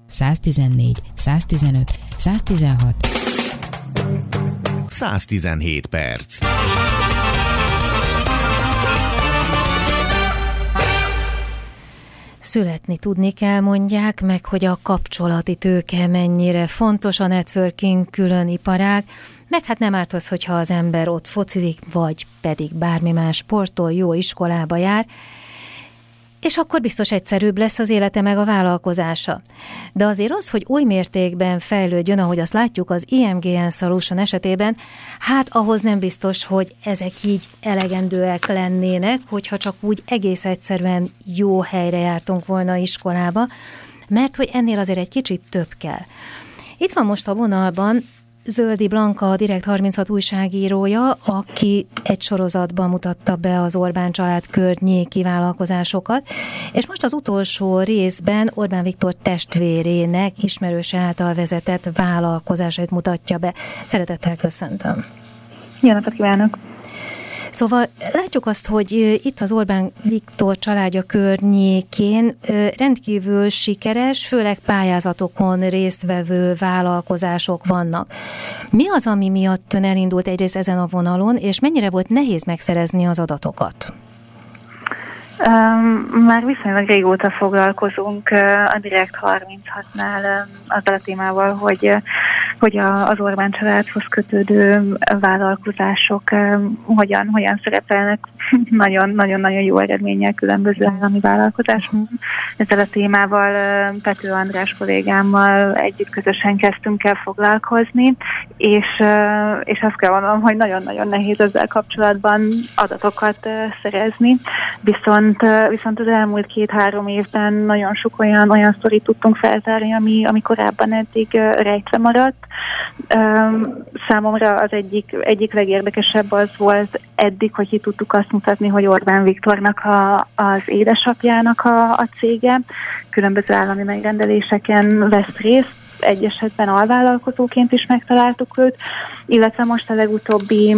114, 115, 116, 117 perc. Születni tudni kell, mondják, meg hogy a kapcsolati tőke mennyire fontos, a networking külön iparág, meg hát nem árt az, hogyha az ember ott focizik, vagy pedig bármi más sportol, jó iskolába jár, és akkor biztos egyszerűbb lesz az élete meg a vállalkozása. De azért az, hogy oly mértékben fejlődjön, ahogy azt látjuk az IMGN Solution esetében, hát ahhoz nem biztos, hogy ezek így elegendőek lennének, hogyha csak úgy egész egyszerűen jó helyre jártunk volna iskolába, mert hogy ennél azért egy kicsit több kell. Itt van most a vonalban Zöldi Blanka, a Direkt 36 újságírója, aki egy sorozatban mutatta be az Orbán család környéki vállalkozásokat, és most az utolsó részben Orbán Viktor testvérének ismerőse által vezetett vállalkozásait mutatja be. Szeretettel köszöntöm. Jó napot kívánok! Szóval látjuk azt, hogy itt az Orbán Viktor családja környékén rendkívül sikeres, főleg pályázatokon résztvevő vállalkozások vannak. Mi az, ami miatt ön elindult egyrészt ezen a vonalon, és mennyire volt nehéz megszerezni az adatokat? Már viszonylag régóta foglalkozunk a Direkt 36-nál azzal a témával, hogy az Orbán családhoz kötődő vállalkozások hogyan szerepelnek nagyon-nagyon jó eredménnyel különböző állami vállalkozások. Ezzel a témával Pető András kollégámmal együtt közösen kezdtünk el foglalkozni, és azt kell mondanom, hogy nagyon-nagyon nehéz ezzel kapcsolatban adatokat szerezni, viszont az elmúlt 2-3 évben nagyon sok olyan sztorit tudtunk feltárni, ami korábban eddig rejtve maradt. Számomra az egyik legérdekesebb az volt eddig, hogy ki tudtuk azt mutatni, hogy Orbán Viktornak az édesapjának a cége különböző állami megrendeléseken vesz részt, egy esetben alvállalkozóként is megtaláltuk őt, illetve most a legutóbbi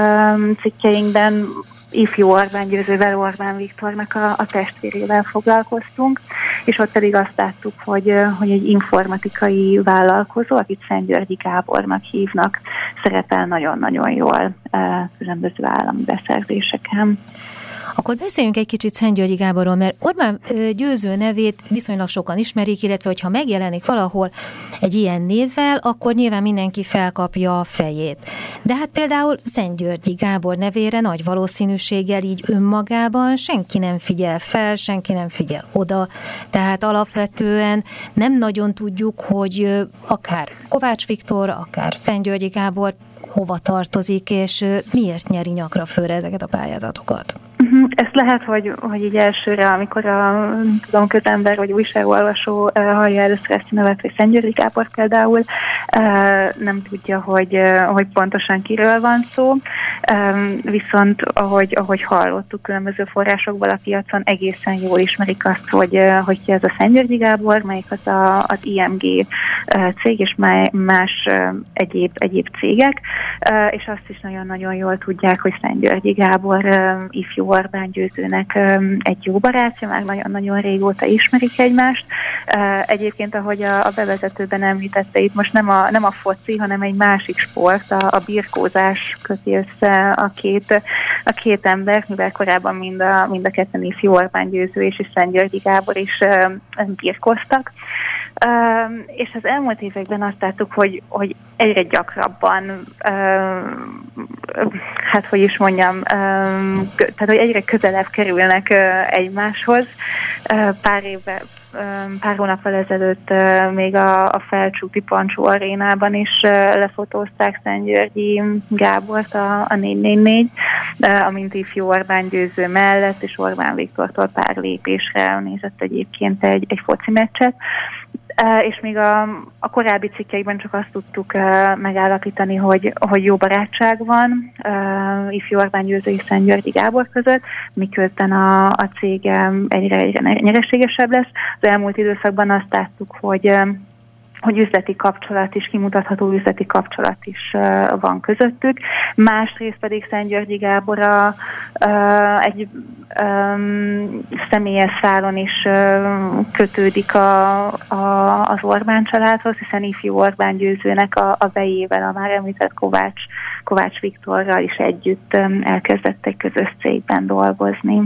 cikkeinkben ifjú Orbán Győzővel, Orbán Viktornak a testvérével foglalkoztunk, és ott pedig azt láttuk, hogy egy informatikai vállalkozó, akit Szentgyörgyi Gábornak hívnak, szerepel nagyon-nagyon jól különböző állami beszerzéseken. Akkor beszéljünk egy kicsit Szentgyörgyi Gáborról, mert Orbán Győző nevét viszonylag sokan ismerik, illetve hogyha megjelenik valahol egy ilyen névvel, akkor nyilván mindenki felkapja a fejét. De hát például Szentgyörgyi Gábor nevére nagy valószínűséggel így önmagában senki nem figyel fel, senki nem figyel oda, tehát alapvetően nem nagyon tudjuk, hogy akár Kovács Viktor, akár Szentgyörgyi Gábor hova tartozik, és miért nyeri nyakra fölre ezeket a pályázatokat. Ezt lehet, hogy így elsőre, amikor a közember vagy újságolvasó hallja először ezt a nevet, hogy Szentgyörgyi Gábor például, nem tudja, hogy pontosan kiről van szó, viszont ahogy hallottuk különböző forrásokból a piacon, egészen jól ismerik azt, hogy ki ez a Szentgyörgyi Gábor, melyik az IMG cég és más egyéb cégek, és azt is nagyon-nagyon jól tudják, hogy Szentgyörgyi Gábor ifjú Orbán Győzőnek egy jó barátja, már nagyon-nagyon régóta ismerik egymást. Egyébként, ahogy a bevezetőben említette, itt most nem a foci, hanem egy másik sport, a birkózás köti össze a két embert, mivel korábban mind a ketten ifjú Orbán Győző és Szentgyörgyi Gábor is birkóztak. És az elmúlt években azt láttuk, hogy egyre gyakrabban, tehát hogy egyre közelebb kerülnek egymáshoz. Pár hónappal ezelőtt még a Felcsúti Pancsó arénában is lefotózták Szentgyörgyi Gábort a 444, amint ifjú Orbán Győző mellett, és Orbán Viktortól pár lépésre nézett egyébként egy foci meccset. És még a korábbi cikkeikben csak azt tudtuk megállapítani, hogy jó barátság van ifjú Orbán Győző és Szentgyörgyi Gábor között, miközben a cég egyre nyereségesebb lesz. Az elmúlt időszakban azt láttuk, hogy üzleti kapcsolat is, kimutatható üzleti kapcsolat is van közöttük. Másrészt pedig Szent-Györgyi Gábor egy személyes szálon is kötődik az Orbán családhoz, hiszen ifjú Orbán győzőnek a vejével, a már említett Kovács Viktorral is együtt elkezdett egy közös cégben dolgozni.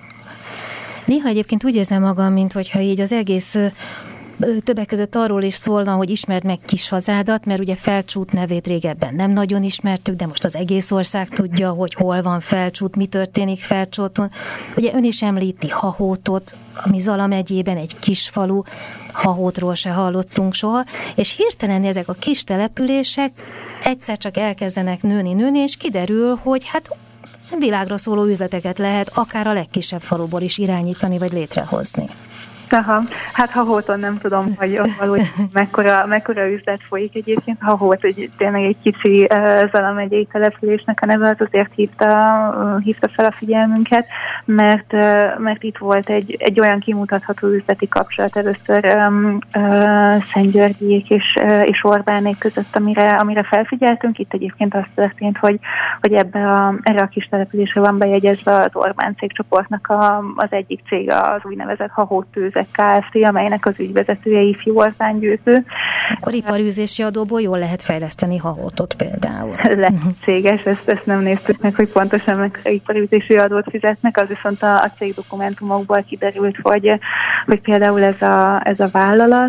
Néha egyébként úgy érzem magam, mintha így az egész többek között arról is szólna, hogy ismerd meg Kishazádat, mert ugye Felcsút nevét régebben nem nagyon ismertük, de most az egész ország tudja, hogy hol van Felcsút, mi történik Felcsúton. Ugye ön is említi Hahótot, ami Zala megyében egy kis falu, Hahótról se hallottunk soha, és hirtelen ezek a kis települések egyszer csak elkezdenek nőni, és kiderül, hogy hát világra szóló üzleteket lehet akár a legkisebb faluból is irányítani, vagy létrehozni. Aha, hát Hahóton nem tudom, hogy valójában mekkora üzlet folyik egyébként. Hahót tényleg egy kicsi Zala megyei településnek a neve, az azért hívta fel a figyelmünket, mert itt volt egy olyan kimutatható üzleti kapcsolat először Szent-Györgyiék és Orbánék között, amire felfigyeltünk. Itt egyébként az történt, hogy erre a kis településre van bejegyezve az Orbán cégcsoportnak az egyik cége, az úgynevezett Hahót Kft., amelynek az ügyvezetője ifjú Orbán győző. Akkor iparűzési adóból jól lehet fejleszteni Hahótot például. Lehetséges, ezt nem néztük meg, hogy pontosan mekkora iparűzési adót fizetnek, az viszont a cég dokumentumokból kiderült, hogy például ez a vállalat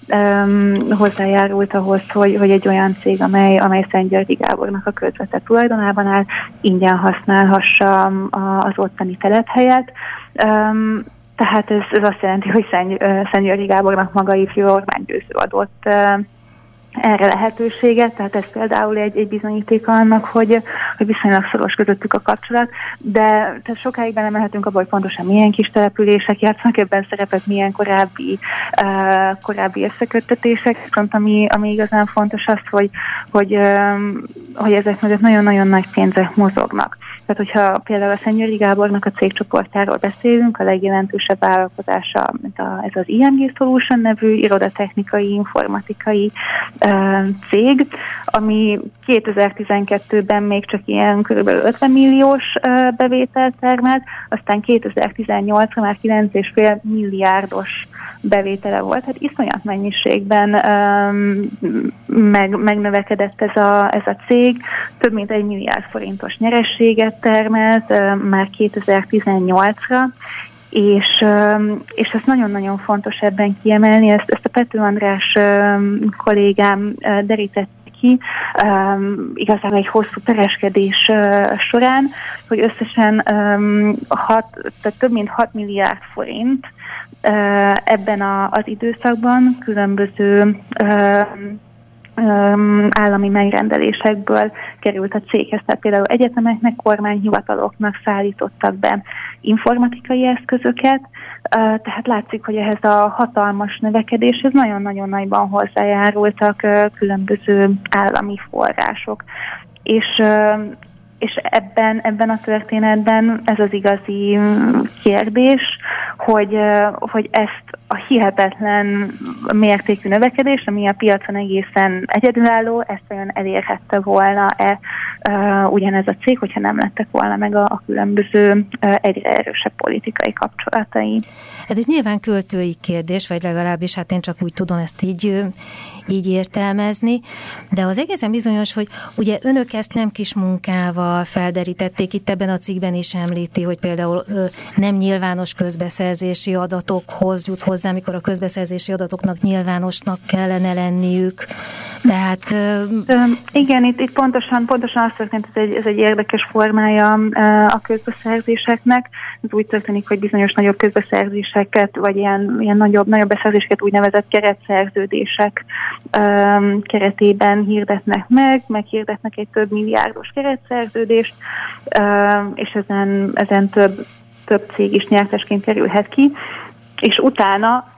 hozzájárult ahhoz, hogy egy olyan cég, amely Szent-Györgyi Gábornak a közvetett tulajdonában áll, ingyen használhassa az ottani telephelyet. Tehát ez azt jelenti, hogy Szent-Györgyi Gábornak maga ifjú Orbán győző adott erre lehetőséget, tehát ez például egy bizonyítéka annak, hogy viszonylag szoros közöttük a kapcsolat, de tehát sokáig belemehetünk abba, hogy pontosan milyen kis települések játszanak ebben szerepet, milyen korábbi összeköttetések, viszont ami igazán fontos az, hogy ezek mögött nagyon-nagyon nagy pénzek mozognak. Tehát, hogyha például a Szent-Györgyi Gábornak a cégcsoportjáról beszélünk, a legjelentősebb vállalkozása ez az IMG Solution nevű irodatechnikai, informatikai cég, ami 2012-ben még csak ilyen kb. 50 milliós bevételt termelt, aztán 2018-ra már 9,5 milliárdos bevétele volt, tehát iszonyat mennyiségben megnövekedett ez a cég, több mint 1 milliárd forintos nyerességet termelt már 2018-ra, és ezt nagyon-nagyon fontos ebben kiemelni, ezt a Pető András kollégám derített ki, igazából egy hosszú pereskedés során, hogy összesen tehát több mint 6 milliárd forint ebben az időszakban különböző állami megrendelésekből került a céghez. Tehát például egyetemeknek, kormányhivataloknak szállítottak be informatikai eszközöket, tehát látszik, hogy ehhez a hatalmas növekedéshez nagyon-nagyon nagyban hozzájárultak különböző állami források. És ebben a történetben ez az igazi kérdés, hogy ezt a hihetetlen mértékű növekedés, ami a piacon egészen egyedülálló, ezt olyan elérhette volna-e ugyanez a cég, hogyha nem lettek volna meg a különböző egyre erősebb politikai kapcsolatai. Hát ez nyilván költői kérdés, vagy legalábbis hát én csak úgy tudom ezt így értelmezni, de az egészen bizonyos, hogy ugye önök ezt nem kis munkával felderítették, itt ebben a cikkben is említi, hogy például nem nyilvános közbeszerzési adatokhoz jut hozzá, amikor a közbeszerzési adatoknak nyilvánosnak kellene lenniük. Tehát... Igen, itt pontosan az történt, ez egy érdekes formája a közbeszerzéseknek. Ez úgy történik, hogy bizonyos nagyobb közbeszerzéseket, vagy ilyen nagyobb beszerzéseket úgynevezett keretszerződések keretében hirdetnek meghirdetnek egy több milliárdos keretszerződést, és ezen több cég is nyertesként kerülhet ki, és utána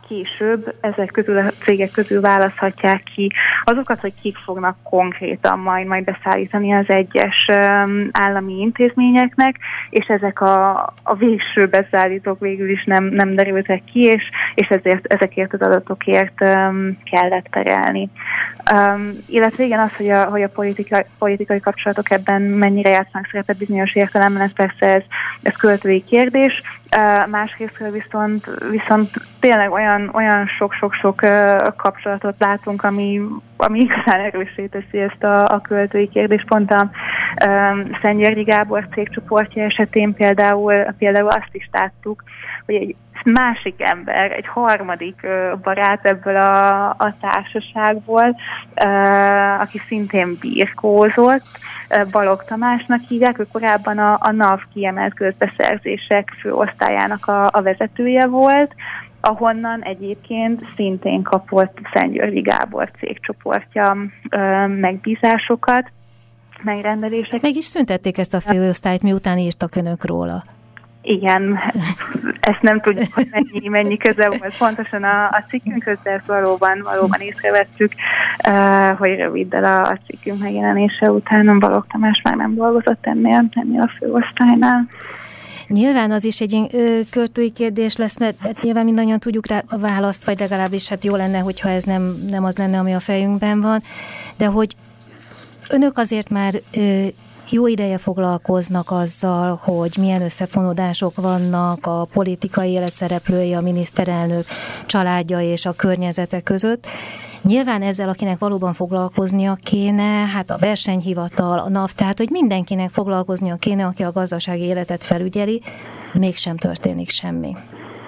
később ezek közül a cégek közül választhatják ki azokat, hogy kik fognak konkrétan majd beszállítani az egyes állami intézményeknek, és ezek a végső beszállítók végül is nem derültek ki, és ezekért az adatokért kellett perelni. Illetve igen, az, hogy a politikai kapcsolatok ebben mennyire játszanak szerepet bizonyos értelemben, ez persze ez költői kérdés. Másrésztről viszont tényleg olyan sok-sok kapcsolatot látunk, ami igazán erőssé teszi ezt a költői kérdést. Pont a Szentgyörgyi Gábor cégcsoportja esetén például azt is láttuk, hogy egy másik ember, egy harmadik barát ebből a társaságból, aki szintén birkózott, Balogh Tamásnak hívják, ő korábban a NAV kiemelt közbeszerzések főosztályának a vezetője volt, ahonnan egyébként szintén kapott Szentgyörgyi Gábor cégcsoportja megbízásokat, megrendelések. Meg is szüntették ezt a főosztályt, miután írtak önök róla. Igen, ezt nem tudjuk, hogy mennyi köze volt pontosan a cikkünkhöz, de ezt valóban észrevettük, hogy röviddel a cikkünk megjelenése után Balogh Tamás már nem dolgozott ennél a főosztálynál. Nyilván az is egy költői kérdés lesz, mert nyilván mindannyian tudjuk rá a választ, vagy legalábbis hát jó lenne, hogyha ez nem az lenne, ami a fejünkben van, de hogy önök azért már jó ideje foglalkoznak azzal, hogy milyen összefonódások vannak a politikai élet szereplői, a miniszterelnök családja és a környezete között. Nyilván ezzel, akinek valóban foglalkoznia kéne, hát a versenyhivatal, a NAV, tehát hogy mindenkinek foglalkoznia kéne, aki a gazdasági életet felügyeli, mégsem történik semmi.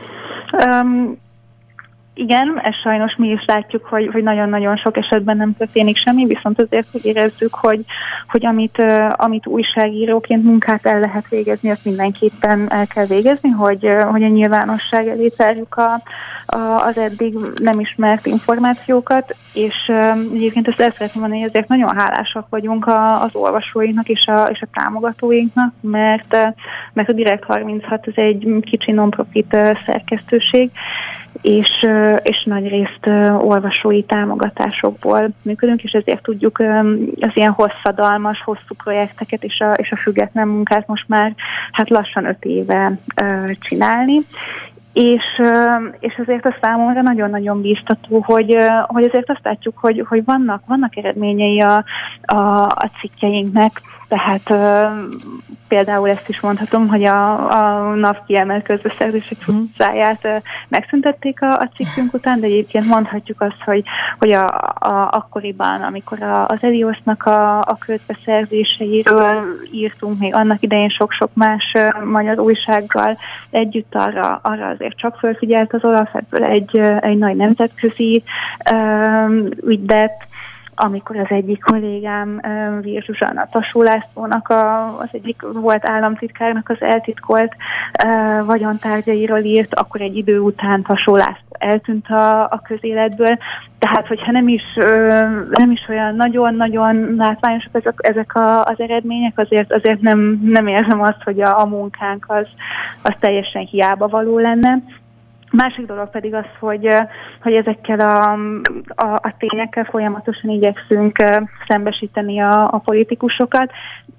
Igen, ezt sajnos mi is látjuk, hogy nagyon-nagyon sok esetben nem történik semmi, viszont azért úgy érezzük, hogy amit újságíróként munkát el lehet végezni, azt mindenképpen el kell végezni, hogy a nyilvánosság elé tárjuk az eddig nem ismert információkat, és egyébként ezt el szeretném mondani, hogy ezért nagyon hálásak vagyunk az olvasóinknak és a támogatóinknak, mert a Direkt 36 ez egy kicsi non-profit szerkesztőség, és nagyrészt olvasói támogatásokból működünk, és ezért tudjuk az ilyen hosszadalmas, hosszú projekteket és a független munkát most már hát lassan 5 éve csinálni. És azért a számomra nagyon-nagyon bíztató, hogy azért azt látjuk, hogy vannak eredményei a cikkeinknek, tehát például ezt is mondhatom, hogy a NAV kiemelt közbeszerzések futzáját megszüntették a cikkünk után, de egyébként mondhatjuk azt, hogy akkoriban, amikor az Eliosnak a közbeszerzéseiről írtunk, még annak idején sok-sok más magyar újsággal együtt, arra azért csak fölfigyelt az Olaf, ebből egy nagy nemzetközi ügylet, amikor az egyik kollégám, Vír Zsuzsanna Tasó Lászlónak, az egyik volt államtitkárnak az eltitkolt vagyontárgyairól írt, akkor egy idő után Tasó László eltűnt a közéletből. Tehát, hogyha nem is olyan nagyon-nagyon látványosak ezek az eredmények, azért nem érzem azt, hogy a munkánk az teljesen hiába való lenne. Másik dolog pedig az, hogy ezekkel a tényekkel folyamatosan igyekszünk szembesíteni a politikusokat,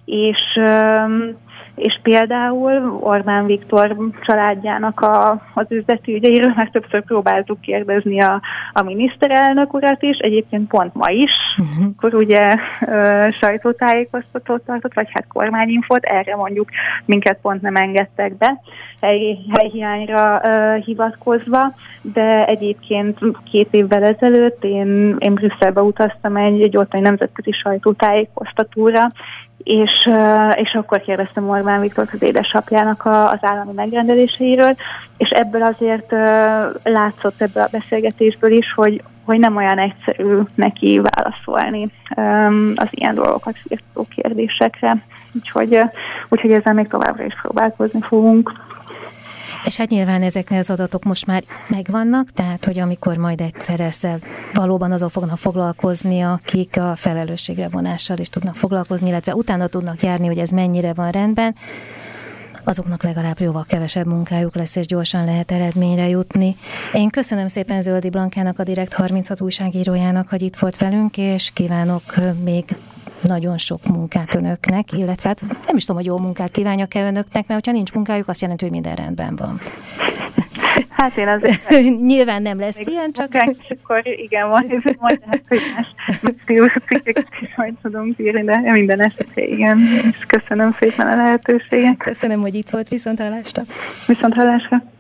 és például Orbán Viktor családjának az üzleti ügyeiről már többször próbáltuk kérdezni a miniszterelnök urat is, egyébként pont ma is, akkor ugye sajtótájékoztatót tartott, vagy hát kormányinfót, erre mondjuk minket pont nem engedtek be, helyhiányra hivatkozva, de egyébként 2 évvel ezelőtt én Brüsszelbe utaztam egy ottani nemzetközi sajtótájékoztatóra, és akkor kérdeztem Orbán Viktort az édesapjának az állami megrendeléseiről, és ebből azért látszott ebből a beszélgetésből is, hogy nem olyan egyszerű neki válaszolni az ilyen dolgokat firtató kérdésekre. Úgyhogy ezzel még továbbra is próbálkozni fogunk. És hát nyilván ezeknél az adatok most már megvannak, tehát hogy amikor majd egyszer ezzel valóban azok fognak foglalkozni, akik a felelősségre vonással is tudnak foglalkozni, illetve utána tudnak járni, hogy ez mennyire van rendben, azoknak legalább jóval kevesebb munkájuk lesz, és gyorsan lehet eredményre jutni. Én köszönöm szépen Zöldi Blankának, a Direkt 36 újságírójának, hogy itt volt velünk, és kívánok még nagyon sok munkát önöknek, illetve hát nem is tudom, hogy jó munkát kívánjak-e önöknek, mert hogyha nincs munkájuk, azt jelenti, hogy minden rendben van. Hát én azért... Nyilván nem lesz ilyen, csak... Akkor igen, majd lehet, hogy más cikkeket is majd tudunk írni, de minden esetre igen. És köszönöm szépen a lehetőséget. Köszönöm, hogy itt volt, viszonthallásra. Viszonthallásra.